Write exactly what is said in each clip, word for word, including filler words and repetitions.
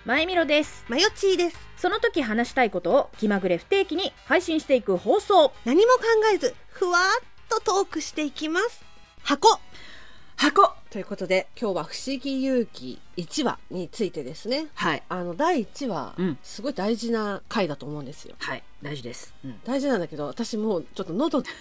まえみろです。 まよちーです。 その時話したいことを気まぐれ不定期に配信していく放送。 何も考えずふわっとトークしていきます。箱箱ということで、今日は不思議遊戯いちわについてですね。 はい。 あのだいいちわ、うん、すごい大事な回だと思うんですよ。 はい、大事です、うん、 大事なんだけど、私もうちょっと喉って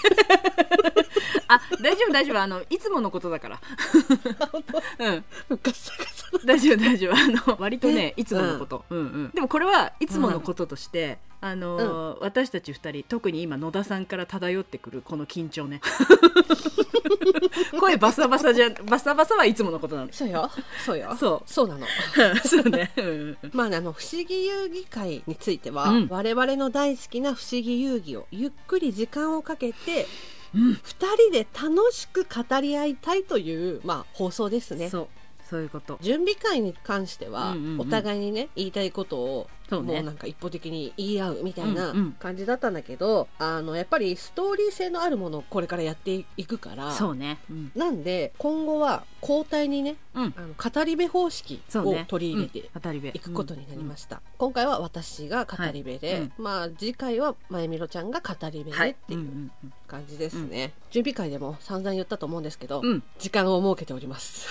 あ、大丈夫大丈夫、あのいつものことだからうん、 ガサガサ大丈夫大丈夫、あの割とねいつものこと、うんうんうん、でもこれはいつものこととして、うん、あのーうん、私たちふたり、特に今野田さんから漂ってくるこの緊張ね声バサバサじゃバサバサはいつものことなの。 そうよそうよそうそうなのそうね、うん、まあ、あの不思議遊戯会については、うん、我々の大好きな不思議遊戯をゆっくり時間をかけて、うん、ふたりで楽しく語り合いたいという、まあ、放送ですね。 そうそういうこと。準備会に関しては、うんうんうん、お互いにね言いたいことをそうね、もうなんか一方的に言い合うみたいな感じだったんだけど、うんうん、あのやっぱりストーリー性のあるものをこれからやっていくから、 そうね、うん、 なんで今後は交代にね、うん、あの語り部方式を取り入れていくことになりました、うんうん、今回は私が語り部で、はい、うん、まあ次回はまゆみろちゃんが語り部でっていう感じですね、はい、うんうんうん、準備会でも散々言ったと思うんですけど、うん、時間を設けております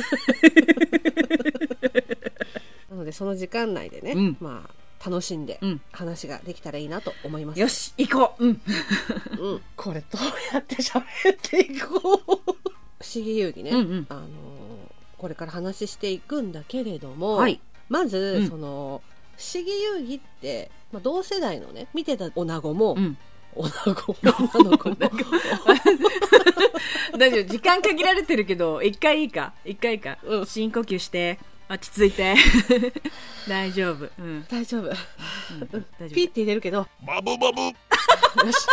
なのでその時間内でね、うん、まあ楽しんで話ができたらいいなと思います。 よし行こう、うんうん、これどうやって喋っていこう不思議遊戯ね、うんうん、あのー、これから話していくんだけれども、はい、まず、うん、その不思議遊戯って、まあ、同世代のね見てた女子も、うん、女子女の子も大丈夫、時間限られてるけど一回いいか一回いいか、うん、深呼吸して落ち着いて大丈夫、うん、 大丈夫、うん、大丈夫、ピーって入れるけどバブバブよし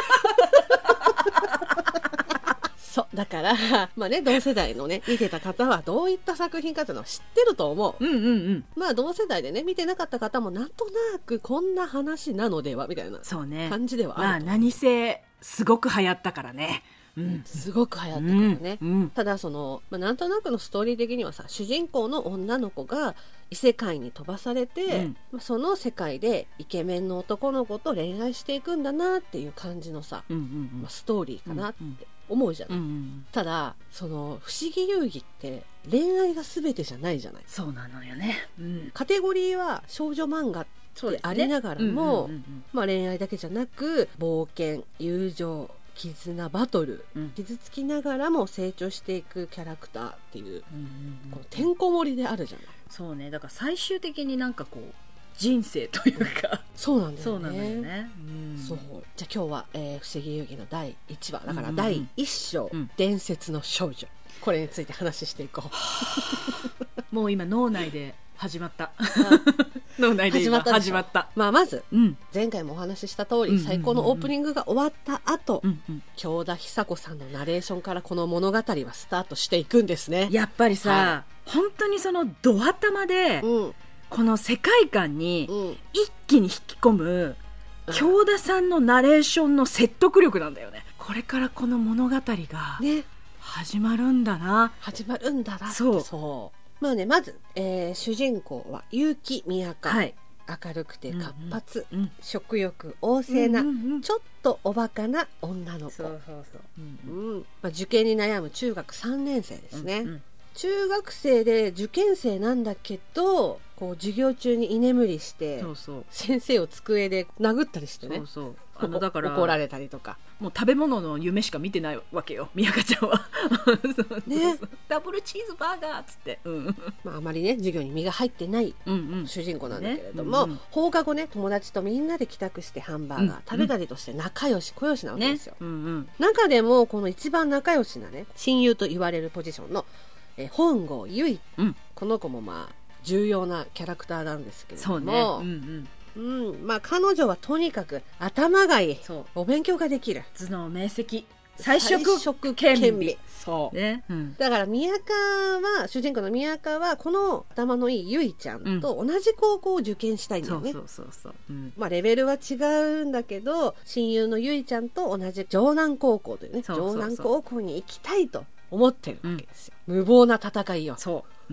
そうだからまあね、同世代のね見てた方はどういった作品かというのを知ってると思う、うんうんうん、まあ同世代でね見てなかった方もなんとなくこんな話なのではみたいな感じではあると、 まあ何せすごく流行ったからね、 うん、すごく流行ったからね、うんうん、ただその、まあ、なんとなくのストーリー的にはさ、主人公の女の子が異世界に飛ばされて、うん、まあ、その世界でイケメンの男の子と恋愛していくんだなっていう感じのさ、うんうんうん、まあ、ストーリーかなって思うじゃない、うんうん、ただその不思議遊戯って恋愛が全てじゃないじゃない。 そうなのよね、うん、 カテゴリーは少女漫画ってありながらも、まあ、恋愛だけじゃなく冒険、友情、絆、バトル、うん、傷つきながらも成長していくキャラクターっていう、うんうんうん、このてんこ盛りであるじゃない。 そうね、だから最終的になんかこう人生というかそうなんだよね。 そうなんだよね、 うん、そう。じゃあ今日は、えー、不思議遊戯のだいいちわだからだいいっ章、うんうんうん、伝説の少女、これについて話していこうもう今脳内で始まった脳内で今始まった始まった、 まあ、まず、うん、前回もお話しした通り、うんうんうんうん、最高のオープニングが終わった後、うんうん、京田久子さんのナレーションからこの物語はスタートしていくんですね。 やっぱりさ、はい、本当にそのド頭で、うん、この世界観に一気に引き込む、うん、京田さんのナレーションの説得力なんだよね。これからこの物語が始まるんだな、ね、 始まるんだな。 そうそう、まあね、まず、えー、主人公は結城宮香、はい、明るくて活発、うんうん、食欲旺盛な、うんうんうん、ちょっとおバカな女の子。そうそうそう、うんうん、まあ、受験に悩む中学さんねん生ですね、うんうん、中学生で受験生なんだけど、こう授業中に居眠りしてそうそう先生を机で殴ったりしてね、そうそうあのだから怒られたりとか、 もう食べ物の夢しか見てないわけよ、宮香ちゃんはね、ダブルチーズバーガーっつって、うん、 まあ、あまりね授業に身が入ってない主人公なんだけれども、ね、うんうん、放課後ね友達とみんなで帰宅してハンバーガー食べたりとして仲良し小良しなわけですよ、ね、うんうん、中でもこの一番仲良しなね親友と言われるポジションのえ本郷結衣、うん、この子もまあ重要なキャラクターなんですけれども、そうね、うんうんうん、まあ、彼女はとにかく頭がいい、お勉強ができる、 頭脳明晰、才色兼備、 そう、ね、うん、だから宮香は主人公の宮香はこの頭のいいゆいちゃんと同じ高校を受験したいんだよね。まあレベルは違うんだけど親友のゆいちゃんと同じ城南高校というね、城南高校に行きたいと思ってるわけですよ、うん、無謀な戦いよ。 そう、うん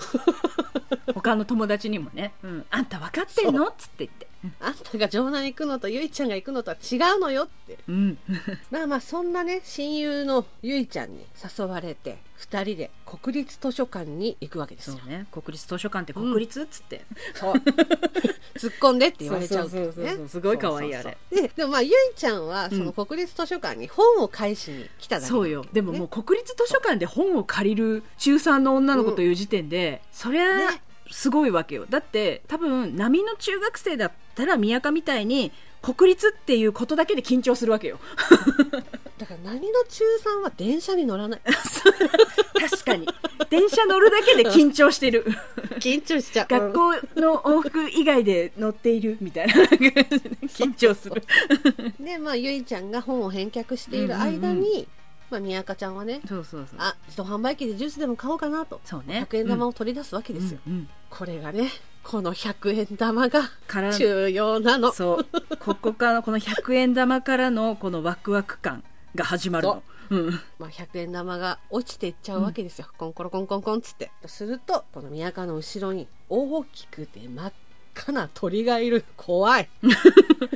他の友達にもね、うん、あんた分かってんのっつって言って、 うん、あんたが城南行くのとゆいちゃんが行くのとは違うのよって、うん、まあまあそんなね親友のゆいちゃんに誘われてふたりで国立図書館に行くわけですよ。 そうね、国立図書館って国立、うん、っつってそう突っ込んでって言われちゃうけどね。そうそうそうそう、 すごい可愛いあれ。 そうそうそう。で、でもまあゆいちゃんはその国立図書館に本を返しに来ただけ、ね、 そうよ。でももう国立図書館で本を借りる中さんの女の子という時点で、うん、そりゃ、ね、すごいわけよ。だって多分波の中学生だったら宮香みたいに国立っていうことだけで緊張するわけよ。 だから波の中さんは電車に乗らない。 確かに電車乗るだけで緊張してる。 緊張しちゃう。 学校の往復以外で乗っているみたいな緊張する。 でまあゆいちゃんが本を返却している間に、うんうんうん、まあ、宮香ちゃんはね、 そうそうそう、 あ、自動販売機でジュースでも買おうかなと、そう、ね、ひゃくえん玉を取り出すわけですよ、うんうんうん、これがねこのひゃくえん玉が重要なの。 そうここからこのひゃくえん玉からのこのワクワク感が始まるの。うん、 まあ、ひゃくえん玉が落ちていっちゃうわけですよ、うん、コンコロコンコンコンつって。するとこの宮香の後ろに大きくて真っ赤な鳥がいる。怖い。ピーヒョラララ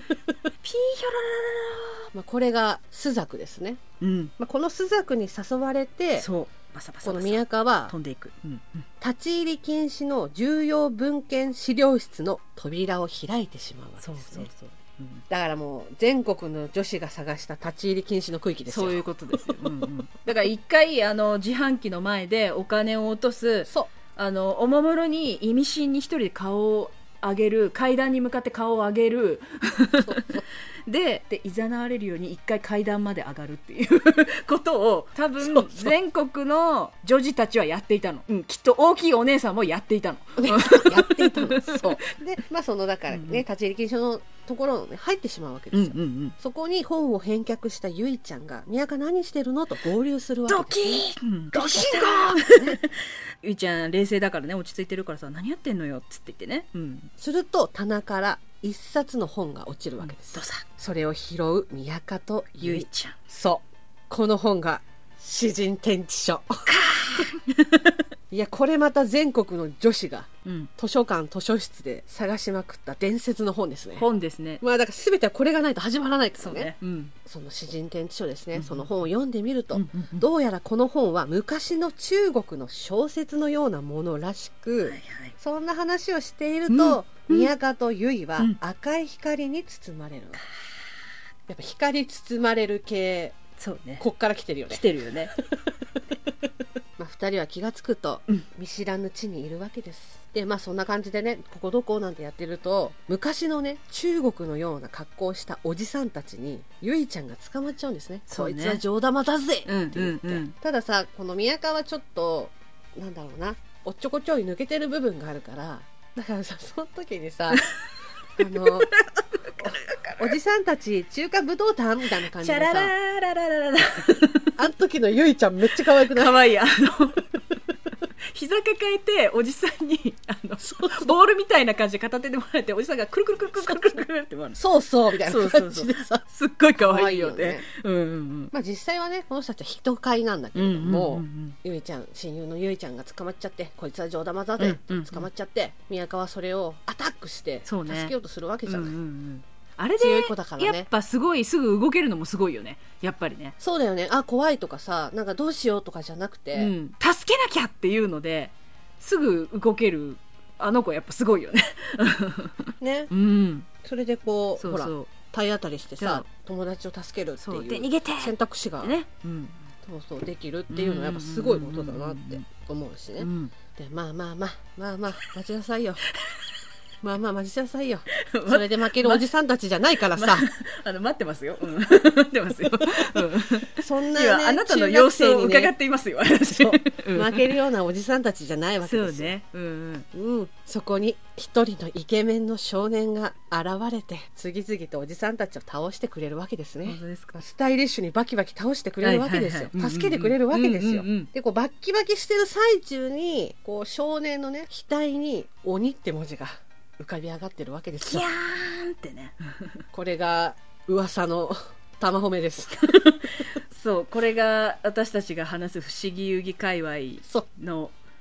ラ、まあ、これが朱雀ですね、うん、まあ、この朱雀に誘われて、そうバサバサバサこの宮香は飛んでいく、うんうん、 立ち入り禁止の重要文献資料室の扉を開いてしまうわけですね。そうそうそう、うん、だからもう全国の女子が探した立ち入り禁止の区域ですよ。 そういうことですよ、うんうん、だから一回あの自販機の前でお金を落とす、そうあのおもむろに意味深に一人で顔を上げる、階段に向かって顔を上げる。そうそうでで誘われるように一回階段まで上がるっていうことを多分全国の女児たちはやっていたの、うん、きっと大きいお姉さんもやっていたの。 やっていたの。そうで、まあそのだからね、うん、立ち入り禁止のところに、ね、入ってしまうわけですよ、うんうんうん、そこに本を返却したゆいちゃんが宮香何してるのと合流するわけです、ね、ドキー、ドシンゴーゆいちゃん冷静だからね、落ち着いてるからさ、何やってんのよっつって言ってね、うん、 すると棚から一冊の本が落ちるわけです、うん、それを拾う宮香とゆいちゃん。そうこの本が詩人展示書。いやこれまた全国の女子が図書館図書室で探しまくった伝説の本ですね。 本ですね。 まあだから全てはこれがないと始まらないからね。そうね、うん、その詩人展示書ですね、うん、その本を読んでみると、うんうんうん、どうやらこの本は昔の中国の小説のようなものらしく、はいはい、そんな話をしていると、うん、宮香とゆいは赤い光に包まれる、うん、やっぱ光に包まれる系、そうね、こっから来てるよね。 来てるよね。 まあ、ふたりは気がつくと見知らぬ地にいるわけです、うん、でまあそんな感じでね、ここどこなんてやってると昔のね中国のような格好をしたおじさんたちにゆいちゃんが捕まっちゃうんですね。そいつは上玉だぜって言って、うんうんうん、たださこの宮香はちょっとなんだろうな、おっちょこちょい抜けてる部分があるから、だからさその時にさあのおじさんたち中華武道団みたいな感じでさ、チャラララララララあの時のゆいちゃんめっちゃ可愛くない？ 可愛い。あの膝抱えておじさんにあのそうそうボールみたいな感じで片手でもらえて、おじさんがくるくるくるくるくるくるくるって回る。 そうそうみたいな感じでさ、そうそうそうすっごい可愛いよね。うんうんうん、 まあ実際はねこの人たちは人飼いなんだけれども、うんうんうんうん、ゆいちゃん親友のゆいちゃんが捕まっちゃって、こいつは上玉だぜって捕まっちゃって、うんうんうん、宮香はそれをアタックして助けようとするわけじゃない。そうね、うんうんうん、 あれで強い子だからね、やっぱすごいすぐ動けるのもすごいよね、やっぱりね。 そうだよね。あ怖いとかさ、なんかどうしようとかじゃなくて、うん、 助けなきゃっていうのですぐ動けるあの子やっぱすごいよね。 ね、うん、それでこうそうそうほら体当たりしてさ友達を助けるっていう選択肢が、ね、うん、そうそうできるっていうのはやっぱすごいことだなって思うしね、うん、でまあまあまあまあまあ待ちなさいよ。まあまあ待ちなさいよ。それで負けるおじさんたちじゃないからさ、まま、 あの待ってますよ、うん、待ってますよ、うん、そんな、ね、あなたの様子を伺っていますよ、私、 そう、うん、負けるようなおじさんたちじゃないわけですよ。そうね、うんうんうん、そこに一人のイケメンの少年が現れて次々とおじさんたちを倒してくれるわけですね。本当ですか。スタイリッシュにバキバキ倒してくれるわけですよ、はいはいはい、助けてくれるわけですよ、うんうんうん、でこうバッキバキしてる最中にこう少年のね額に鬼って文字が浮かび上がってるわけですよ。 キャーンってね。 これが噂の玉褒めです。 そう、これが私たちが話す不思議遊戯界隈の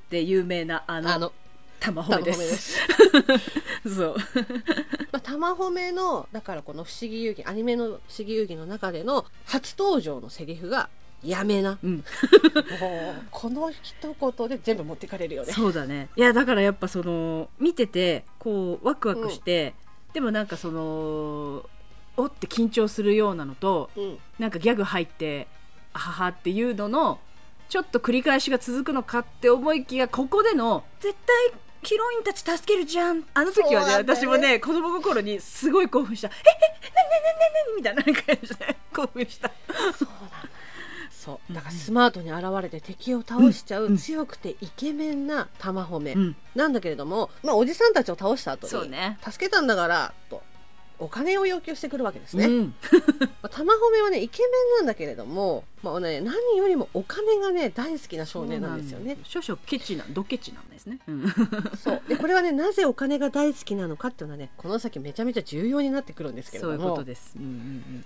で有名なあのあの玉褒めですそう、 まあ、玉褒めのだからこの不思議遊戯アニメの不思議遊戯の中での初登場のセリフがやめな、うん、この一言で全部持ってかれるよね。 そうだね。いやだからやっぱその見ててこうワクワクして、うん、でもなんかそのおって緊張するようなのと、うん、なんかギャグ入ってあははっていうののちょっと繰り返しが続くのかって思いきや、ここでの絶対ヒロインたち助けるじゃん、あの時はね、私もね子供心にすごい興奮した。ええなになになになにみたいな感じで興奮した。 そうなんだ。そうだからスマートに現れて敵を倒しちゃう、うん、強くてイケメンな玉褒め、うん、なんだけれども、まあ、おじさんたちを倒した後にそう、ね、助けたんだからとお金を要求してくるわけですね、うん、まあ、玉褒めはねイケメンなんだけれども、まあね、何よりもお金がね大好きな少年なんですよね。 少々ケチなドケチなんですね、うん、 そうでこれはねなぜお金が大好きなのかっていうのはねこの先めちゃめちゃ重要になってくるんですけれども、 そういうことです、うんうんうん、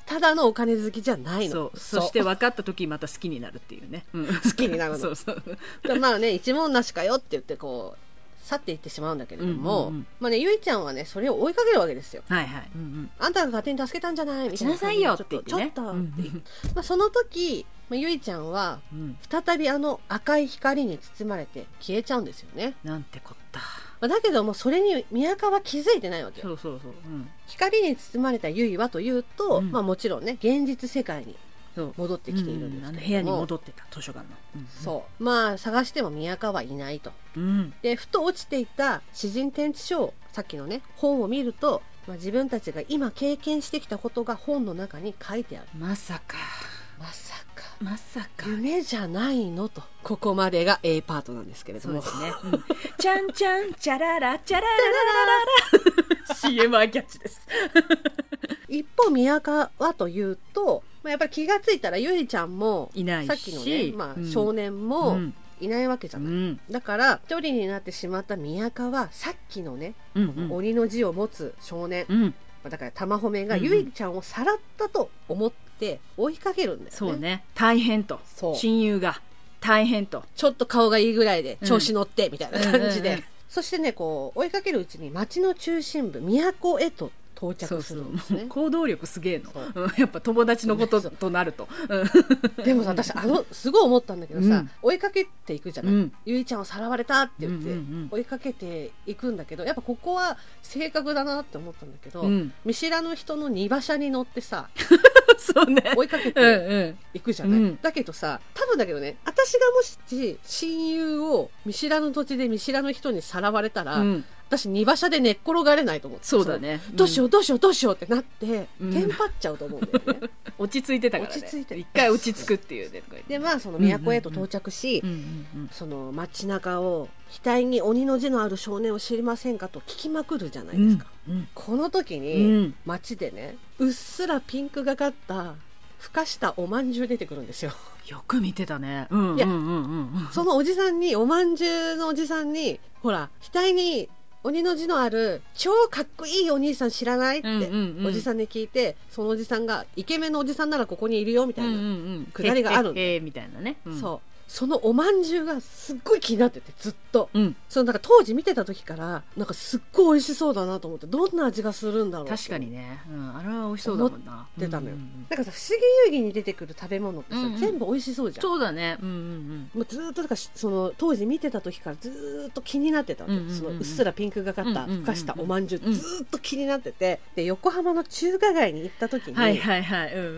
ただのお金好きじゃないの。 そう そ, そして分かった時また好きになるっていうね、うん、 好きになるのそうそうまあね一文なしかよって言ってこう去っていってしまうんだけれども、うんうんうん、まあねゆいちゃんはねそれを追いかけるわけですよ。 はいはい、うんうん、 あんたが勝手に助けたんじゃないみたいな。 しなさいよって言ってね。 ちょっと、うんうん、まあその時、まあ、ゆいちゃんは再びあの赤い光に包まれて消えちゃうんですよね。 なんてこった。 まあ、だけどもそれに宮川は気づいてないわけよ。 そうそうそう、うん、 光に包まれたゆいはというと、うん、まあもちろんね現実世界に戻ってきているんですけども、うん、あの部屋に戻ってた図書館の、 うんうん、そうまあ探しても宮川はいないと、うん、でふと落ちていた詩人展示書、さっきのね本を見ると、まあ、自分たちが今経験してきたことが本の中に書いてある。 まさかまさかまさか夢じゃないのと。ここまでが A パートなんですけれども、 そうですね、うん、チャンチャンチャララチャラララララシーエム アイキャッチです一方宮川はというと、まあ、やっぱり気がついたらゆいちゃんもいないしさっきのね、まあうん、少年もいないわけじゃない、うん、だから一人になってしまった宮川はさっきのね、うんうん、鬼の字を持つ少年、うん、だから玉褒めがゆいちゃんをさらったと思って追いかけるんだよね、 そうね大変と親友が大変とちょっと顔がいいぐらいで調子乗ってみたいな感じで、うんうんうん、そしてねこう追いかけるうちに町の中心部都へと到着するんですね。 そうそう行動力すげえの、うん、やっぱ友達のこととなるとでもさ私あのすごい思ったんだけどさ、うん、追いかけていくじゃない、うん、ゆいちゃんをさらわれたって言って、うんうんうん、追いかけていくんだけどやっぱここは正確だなって思ったんだけど、うん、見知らぬ人の荷馬車に乗ってさそうね、 追いかけていくじゃない、うんうん、だけどさ多分だけどね私がもし親友を見知らぬ土地で見知らぬ人にさらわれたら、うん私荷馬車で寝っ転がれないと思って。 そうだね、 どうしようどうしようどうしようってなってテンパっちゃうと思うんだよね落ち着いてたからね。 落ち着いて一回落ち着くっていうね。 でまあその都へと到着し、その街中を額に鬼の字のある少年を知りませんかと聞きまくるじゃないですか、うんうん、この時に街でねうっすらピンクがかったふかしたおまんじゅう出てくるんですよ。 よく見てたね、うんうんうんうん、いやそのおじさんにおまんじゅうのおじさんにほら額に鬼の字のある超かっこいいお兄さん知らないって、うんうんうん、おじさんに聞いてそのおじさんがイケメンのおじさんならここにいるよみたいなくだりがあるんで、 うんうんうん、みたいなね、 うん、そうそのおまんじゅうがすっごい気になっててずっと、うん、そのなんか当時見てた時からなんかすっごい美味しそうだなと思ってどんな味がするんだろう確かにね、うん、あれは美味しそうだもんな思ってたのよ、うんうんうん、なんかさ不思議遊戯に出てくる食べ物ってさ、うんうん、全部美味しそうじゃん。 そうだね、うんうんうん、 もうずっとだからその当時見てた時からずっと気になってたわけ、うんうんうん、そのうっすらピンクがかったふかしたおまんじゅう、うんうんうん、ずっと気になっててで横浜の中華街に行った時に、 はいはいはいうんうんうん、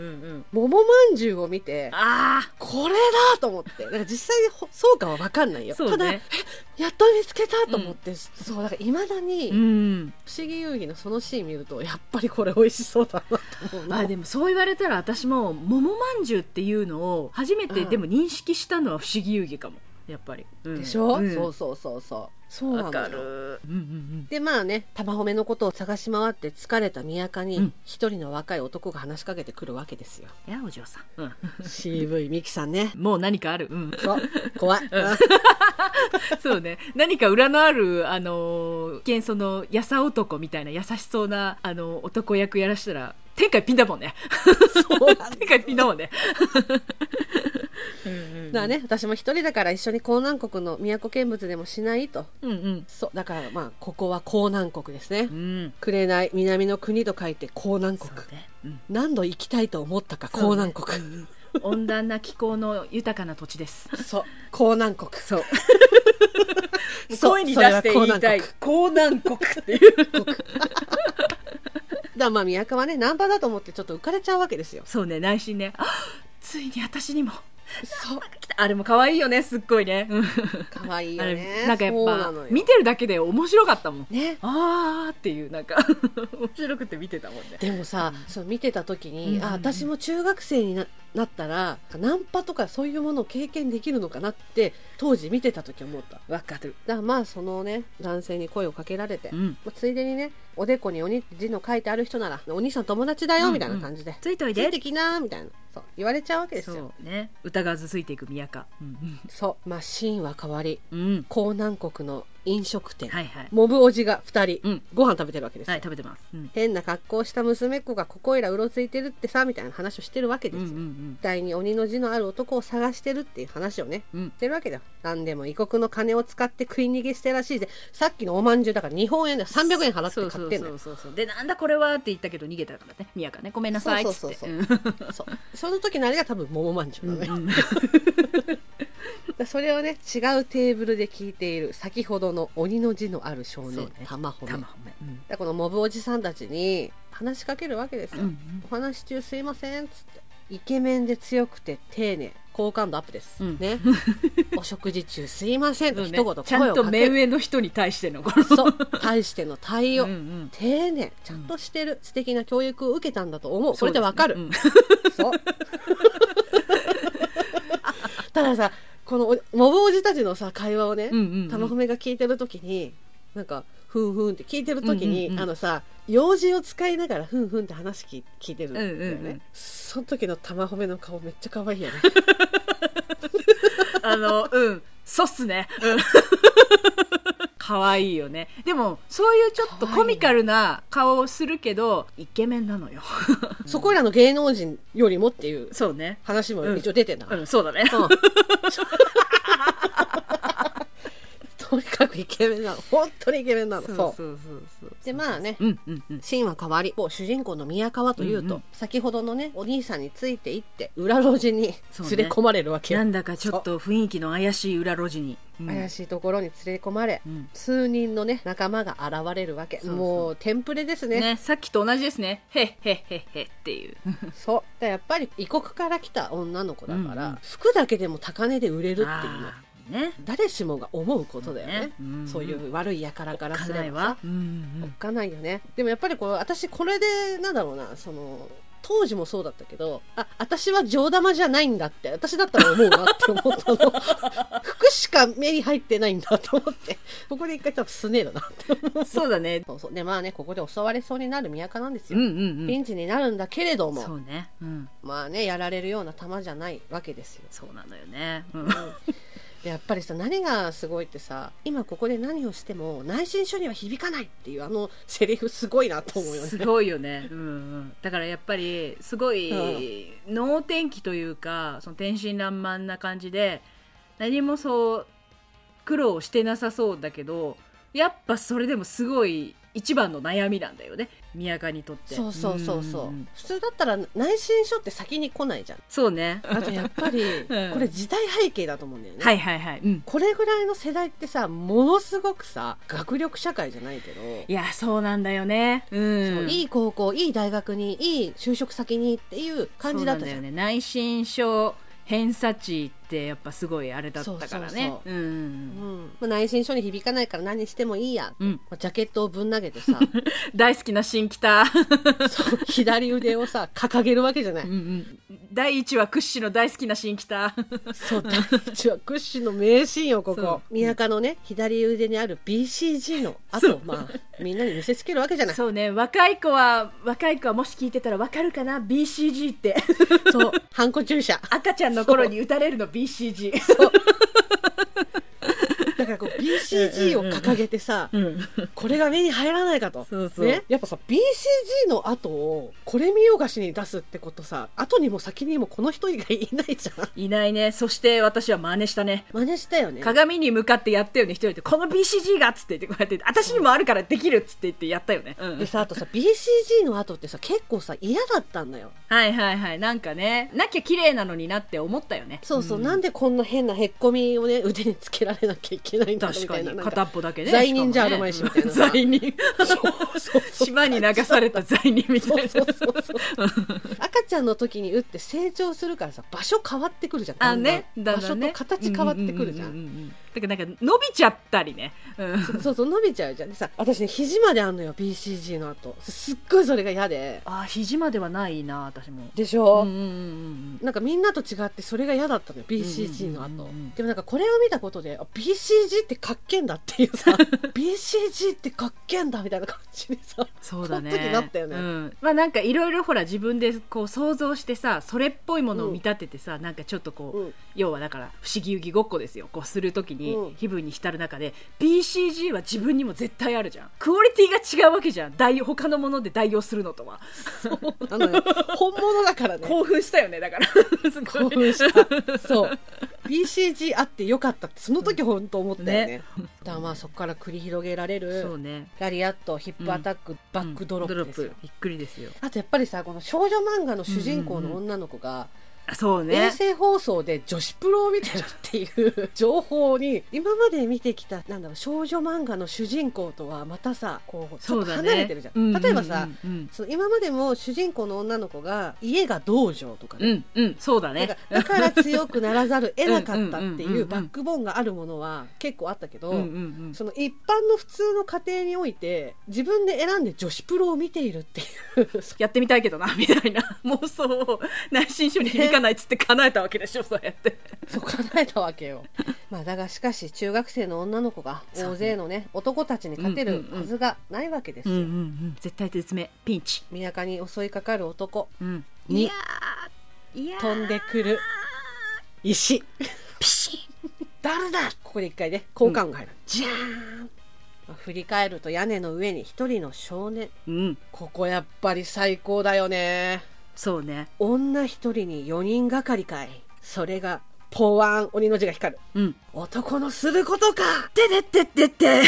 桃まんじゅうを見てあーこれだと思ってなんか実際そうかは分かんないよ、ね、ただえやっと見つけたと思って、うん、そうだからいまだに、うん、不思議遊戯のそのシーン見るとやっぱりこれ美味しそうだなと思う。 あでもそう言われたら私も桃まんじゅうっていうのを初めてでも認識したのは不思議遊戯かもやっぱり、 うん、でしょ、うん、そうそうそうそうそうなのよ。 わかる、うんうんうん、 でまあね玉褒めのことを探し回って疲れた宮川に一人の若い男が話しかけてくるわけですよ、 うん、いやお嬢さん、うん、 渋いミキさんねもう何かある、うん、 そう怖い、うん、 そうね何か裏のあるあの一見そのやさ男みたいな優しそうなあの男役やらしたら天下一品だもんねそう天下一品だもんねううんうん、だからね私も一人だから一緒に江南国の都見物でもしないと、うんうん、そうだからまあここは江南国ですね、うん、紅南の国と書いて江南国、ねうん、何度行きたいと思ったか江南国、ねうん温暖な気候の豊かな土地です。 そう江南国そう声に出して言いたい江南国っていうだまあ宮川はねナンパだと思ってちょっと浮かれちゃうわけですよ。 そうね内心ねついに私にもそうあれも可愛いよねすっごいね可愛いよねなんかやっぱ見てるだけで面白かったもんねあーっていうなんか面白くて見てたもんね。 でもさ、うん、そう見てた時に、うん、あ私も中学生に な, なったらナンパとかそういうものを経験できるのかなって当時見てた時思った。 わかる。 だからまあそのね男性に声をかけられて、うんまあ、ついでにねおでこに鬼って字の書いてある人ならお兄さん友達だよ、うんうん、みたいな感じでついといでついてきなみたいなそう言われちゃうわけですよ。 そうね疑わずついていく宮川、うん、 そうまあシーンは変わり、うん、江南国の飲食店、 はいはい、 モブおじがふたり、うん、ご飯食べてるわけですよ。 はい食べてます、うん、 変な格好した娘っ子がここいらうろついてるってさみたいな話をしてるわけですよ。うんうんうん、絶対に鬼の字のある男を探してるっていう話をね、うん、してるわけだよ。何でも異国の金を使って食い逃げしてらしいでさっきのおまんじゅうだから日本円でさんびゃくえん払って買ってんのよ。 そうそうそうそうでなんだこれはって言ったけど逃げたからね宮川ねごめんなさいっつってそうそうそうそうその時のあれが多分桃まんじゅうなのよ、うんうん、それをね違うテーブルで聞いている先ほどの鬼の字のある少年、ね、玉褒め、玉褒め、うん、このモブおじさんたちに話しかけるわけですよ、うんうん、お話中すいませんっつってイケメンで強くて丁寧好感度アップです、うん、ねお食事中すいませんと一言声をかける、 ちゃんと目上の人に対してのそう対しての対応うん、うん、丁寧ちゃんとしてる、うん、素敵な教育を受けたんだと思う。これでわかるそう、ねうん、たださこのモブおじたちのさ会話をね、うんうんうん、玉褒めが聞いてる時になんかふんふんって聞いてる時に、うんうんうん、あのさ用字を使いながらふんふんって話聞い、聞いてるんだよね、うんうんうん、その時の玉褒めの顔めっちゃ可愛いよねあのうんそうっすね、うん、可愛いよね。でもそういうちょっとコミカルな顔をするけどイケメンなのよそこらの芸能人よりもっていうそうね話も一応出てんだから、 うんうん、そうだね、うんとにかくイケメンなの本当にイケメンなの。そうそうそうそうでまあね、うんうんうん、シーンは変わり主人公の宮川というと、うんうん、先ほどのねお兄さんについて行って裏路地に連れ込まれるわけ、 ね、なんだかちょっと雰囲気の怪しい裏路地に、 うん、怪しいところに連れ込まれ、うん、数人のね仲間が現れるわけ。そうそうもうテンプレです ね, ねさっきと同じですねへっへっへっへっていうそうやっぱり異国から来た女の子だから、うんうん、服だけでも高値で売れるっていうのね、誰しもが思うことだよね、うんうん、そういう悪い輩からすればさおっかないわ、うんうん、おっかないよね。でもやっぱりこう私これでなんだろうなその当時もそうだったけどあ私は上玉じゃないんだって私だったら思うなって思ったの服しか目に入ってないんだと思ってここで一回多分すねるなって思うそうだねそうそうでまあねここで襲われそうになる宮川なんですよ、うんうんうん、ピンチになるんだけれどもそうね、うん、 まあねやられるような球じゃないわけですよ。 そうなのよね、うんでやっぱりさ何がすごいってさ今ここで何をしても内申書には響かないっていうあのセリフすごいなと思うよね。 すごいよね、うんうん、だからやっぱりすごい能天気というかその天真爛漫な感じで何もそう苦労してなさそうだけどやっぱそれでもすごい一番の悩みなんだよね宮川にとって。 そうそうそうそう、うん、普通だったら内申書って先に来ないじゃん。 そうねあとやっぱり、うん、これ時代背景だと思うんだよね。 はいはいはい、うん、 これぐらいの世代ってさものすごくさ学力社会じゃないけどいやそうなんだよね、うん、 そういい高校いい大学にいい就職先にっていう感じだったじゃん。 そうなんだよね内申書偏差値ってやっぱすごいあれだったからね。 内申書に響かないから何してもいいや、うん、ジャケットをぶん投げてさ大好きな新北そう左腕をさ掲げるわけじゃない、うんうん、 第一話屈指の大好きな新北そう第一話屈指の名シーンよここ宮川のね左腕にある ビーシージー のあとまあみんなに見せつけるわけじゃない。 そうね若い子は若い子はもし聞いてたらわかるかな ビーシージー ってそうハンコ注射赤ちゃんの頃に打たれるの ビーシージー そうだからこう ビーシージー を掲げてさ、うんうん、これが目に入らないかとそうそう、 ね、やっぱさ ビーシージー の後をこれ見よがしに出すってことさ、後にも先にもこの人以外いないじゃん。 いないね。そして私は真似したね。 真似したよね。 鏡に向かってやったよね、一人で。この ビーシージー がっつって言ってこうやって私にもあるからできるっつって言ってやったよね、うん、 でさ、あとさ ビーシージー の後ってさ結構さ嫌だったんだよ。 はいはいはい、なんかね、なきゃ綺麗なのになって思ったよね。 そうそう、うん、なんでこんな変なへっこみをね腕につけられなきゃいけないんだろうみたいな。 確かに片っぽだけね。 罪人じゃあるまいしみたいな。 罪人島に流された罪人みたいな。そうそうそうそう赤ちゃんの時に打って成長するからさ場所変わってくるじゃん。 あね、だんだんね、 場所と形変わってくるじゃん。 だからなんか伸びちゃったりね、うん、 そ, そうそう伸びちゃうじゃん。でさ、私ね肘まであんのよ ビーシージー の後。すっごいそれが嫌で。 あ、肘まではないな私も。 でしょ、 うんうんうん、 なんかみんなと違ってそれが嫌だったのよ ビーシージー の後、うんうんうんうん、でもなんかこれを見たことで ビーシージー ってかっけんだっていうさビーシージー ってかっけんだみたいな感じにさ、 そうだね、 その時なったよね、 うん、まあなんかいろいろほら自分でこう想像してさ、それっぽいものを見立ててさ、うん、なんかちょっとこう、うん、要はだから不思議遊戯ごっこですよ、こうするときに、うん、気分に浸る中で ビーシージー は自分にも絶対あるじゃん。クオリティが違うわけじゃん、代用他のもので代用するのとは。 そうなのよ本物だからね。 興奮したよね、だからすごい興奮したそう ビーシージー あってよかったってその時本当思ったよね、ね。だからまあそこから繰り広げられる、 そうね、 ラリアット、ヒップアタック、うん、バックドロップですよ、うん、 びっくりですよ。 あとやっぱりさ、この少女漫画の主人公の女の子が、うんうんうん、 そうね、 衛星放送で女子プロを見てるっていう情報に、今まで見てきたなんだろう少女漫画の主人公とはまたさこうちょっと離れてるじゃん、ね、例えばさ、うんうんうん、その今までも主人公の女の子が家が道場とかね、 うんうん、そうだね、 だから、だから強くならざる得なかったっていうバックボーンがあるものは結構あったけど、うんうんうん、その一般の普通の家庭において自分で選んで女子プロを見ているっていうやってみたいけどなみたいな妄想を内心書に響かないっつって叶えたわけでしょ、そうやってそう叶えたわけよまあだがしかし中学生の女の子が大勢のね男たちに勝てるはずがないわけですよ、うんうんうん、 絶対絶命ピンチ。 宮家に襲いかかる男、 うん、 にいやいや飛んでくる石ピシッ誰だ。ここで一回ね効果音が入る、うん、ジャーン。振り返ると屋根の上に一人の少年、 うん、 ここやっぱり最高だよね。 そうね、 女一人によにんがかりかい。それがポワン、鬼の字が光る、 うん、 男のすることか。 てでってってっていやー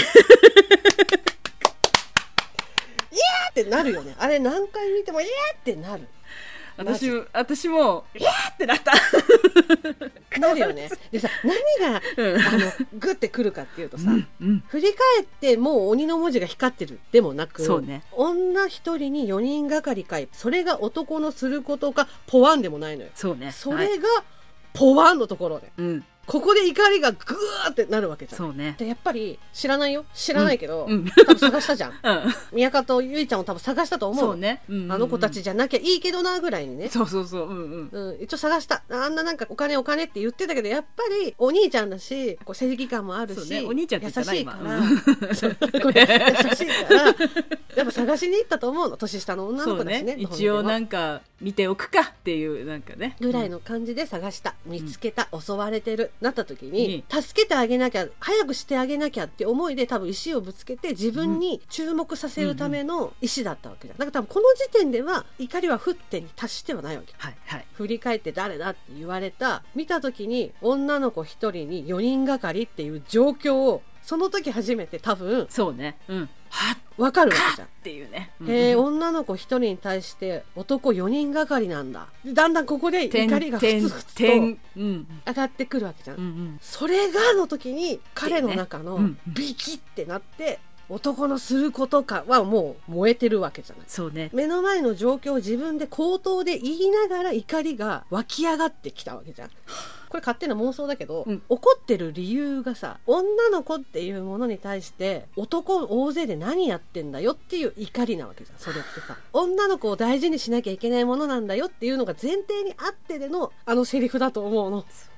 ってなるよね。あれ何回見てもいやーってなる。 私も私もいやーってなったなるよね。でさ、何が、うん、あのグッてくるかっていうとさ、 うんうん、 振り返ってもう鬼の文字が光ってるでもなく、 そうね、 女一人によにんがかりかい。それが男のすることかポワンでもないのよ。 そうね、 それがポワンのところで、 うん、 ここで怒りがグーってなるわけじゃん。 そうね。 でやっぱり知らないよ知らないけど、 うん、 多分探したじゃん、 うん、 宮家とゆいちゃんを多分探したと思う。 そうね、うんうんうん、 あの子たちじゃなきゃいいけどなぐらいにね。 そうそうそう、うんうんうん、一応探した。あんななんかお金お金って言ってたけどやっぱりお兄ちゃんだしこう正義感もあるし、 ね、お兄ちゃんって言ったな優しいから、うん、優しいからやっぱ探しに行ったと思うの。年下の女の子だしね。 一応なんか見ておくかっていうなんかねぐらいの感じで探した。見つけた、うん、襲われてるなった時に、うん、助けてあげなきゃ早くしてあげなきゃって思いで多分石をぶつけて自分に注目させるための石だったわけじゃん。だから多分この時点では怒りは沸点に達してはないわけ、 はいはい、 振り返って誰だって言われた見た時に女の子一人によにんがかりっていう状況をその時初めて多分そうね、うん、 は分かるわけじゃんっていうね、 うん、へえ女の子一人に対して男よにんがかりなんだ。でだんだんここで怒りがふつふつと上がってくるわけじゃん、 うんうん、 それがの時に彼の中のビキってなって、男のすることかはもう燃えてるわけじゃない。 そうね、 目の前の状況を自分で口頭で言いながら怒りが湧き上がってきたわけじゃん。これ勝手な妄想だけど、うん、怒ってる理由がさ女の子っていうものに対して男大勢で何やってんだよっていう怒りなわけじゃん。それってさ女の子を大事にしなきゃいけないものなんだよっていうのが前提にあってでのあのセリフだと思うの。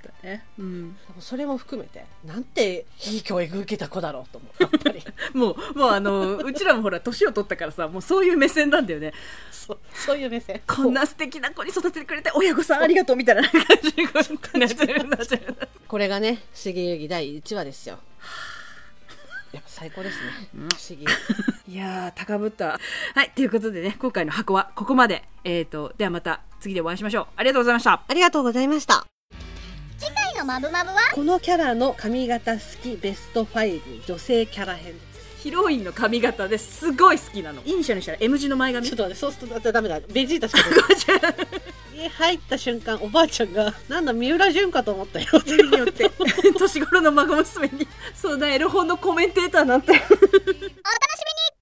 ったね、うん、 それも含めてなんていい教育受けた子だろうと思うやっぱりもうもうあのうちらもほら年を取ったからさ、もうそういう目線なんだよね。 そうそういう目線、 こんな素敵な子に育ててくれて親御さんありがとうみたいな感じでこれがねしげ遊戯だいいちわですよ。やっぱ最高ですね、うん、不思議いやー高ぶった。はいということでね今回の箱はここまで、えーとではまた次でお会いしましょう。ありがとうございました。 ありがとうございました。 次回のマブマブはこのキャラの髪型好きベストファイブ女性キャラ編。 ヒロインの髪型ですごい好きなの。イニシャルにしたら M 字の前髪。 ちょっと待って、そうするとダメだ、ベジータしか出ない家入った瞬間おばあちゃんがなんだ三浦淳かと思ったよってによって年頃の孫娘にそんなエロ本のコメンテーターなんて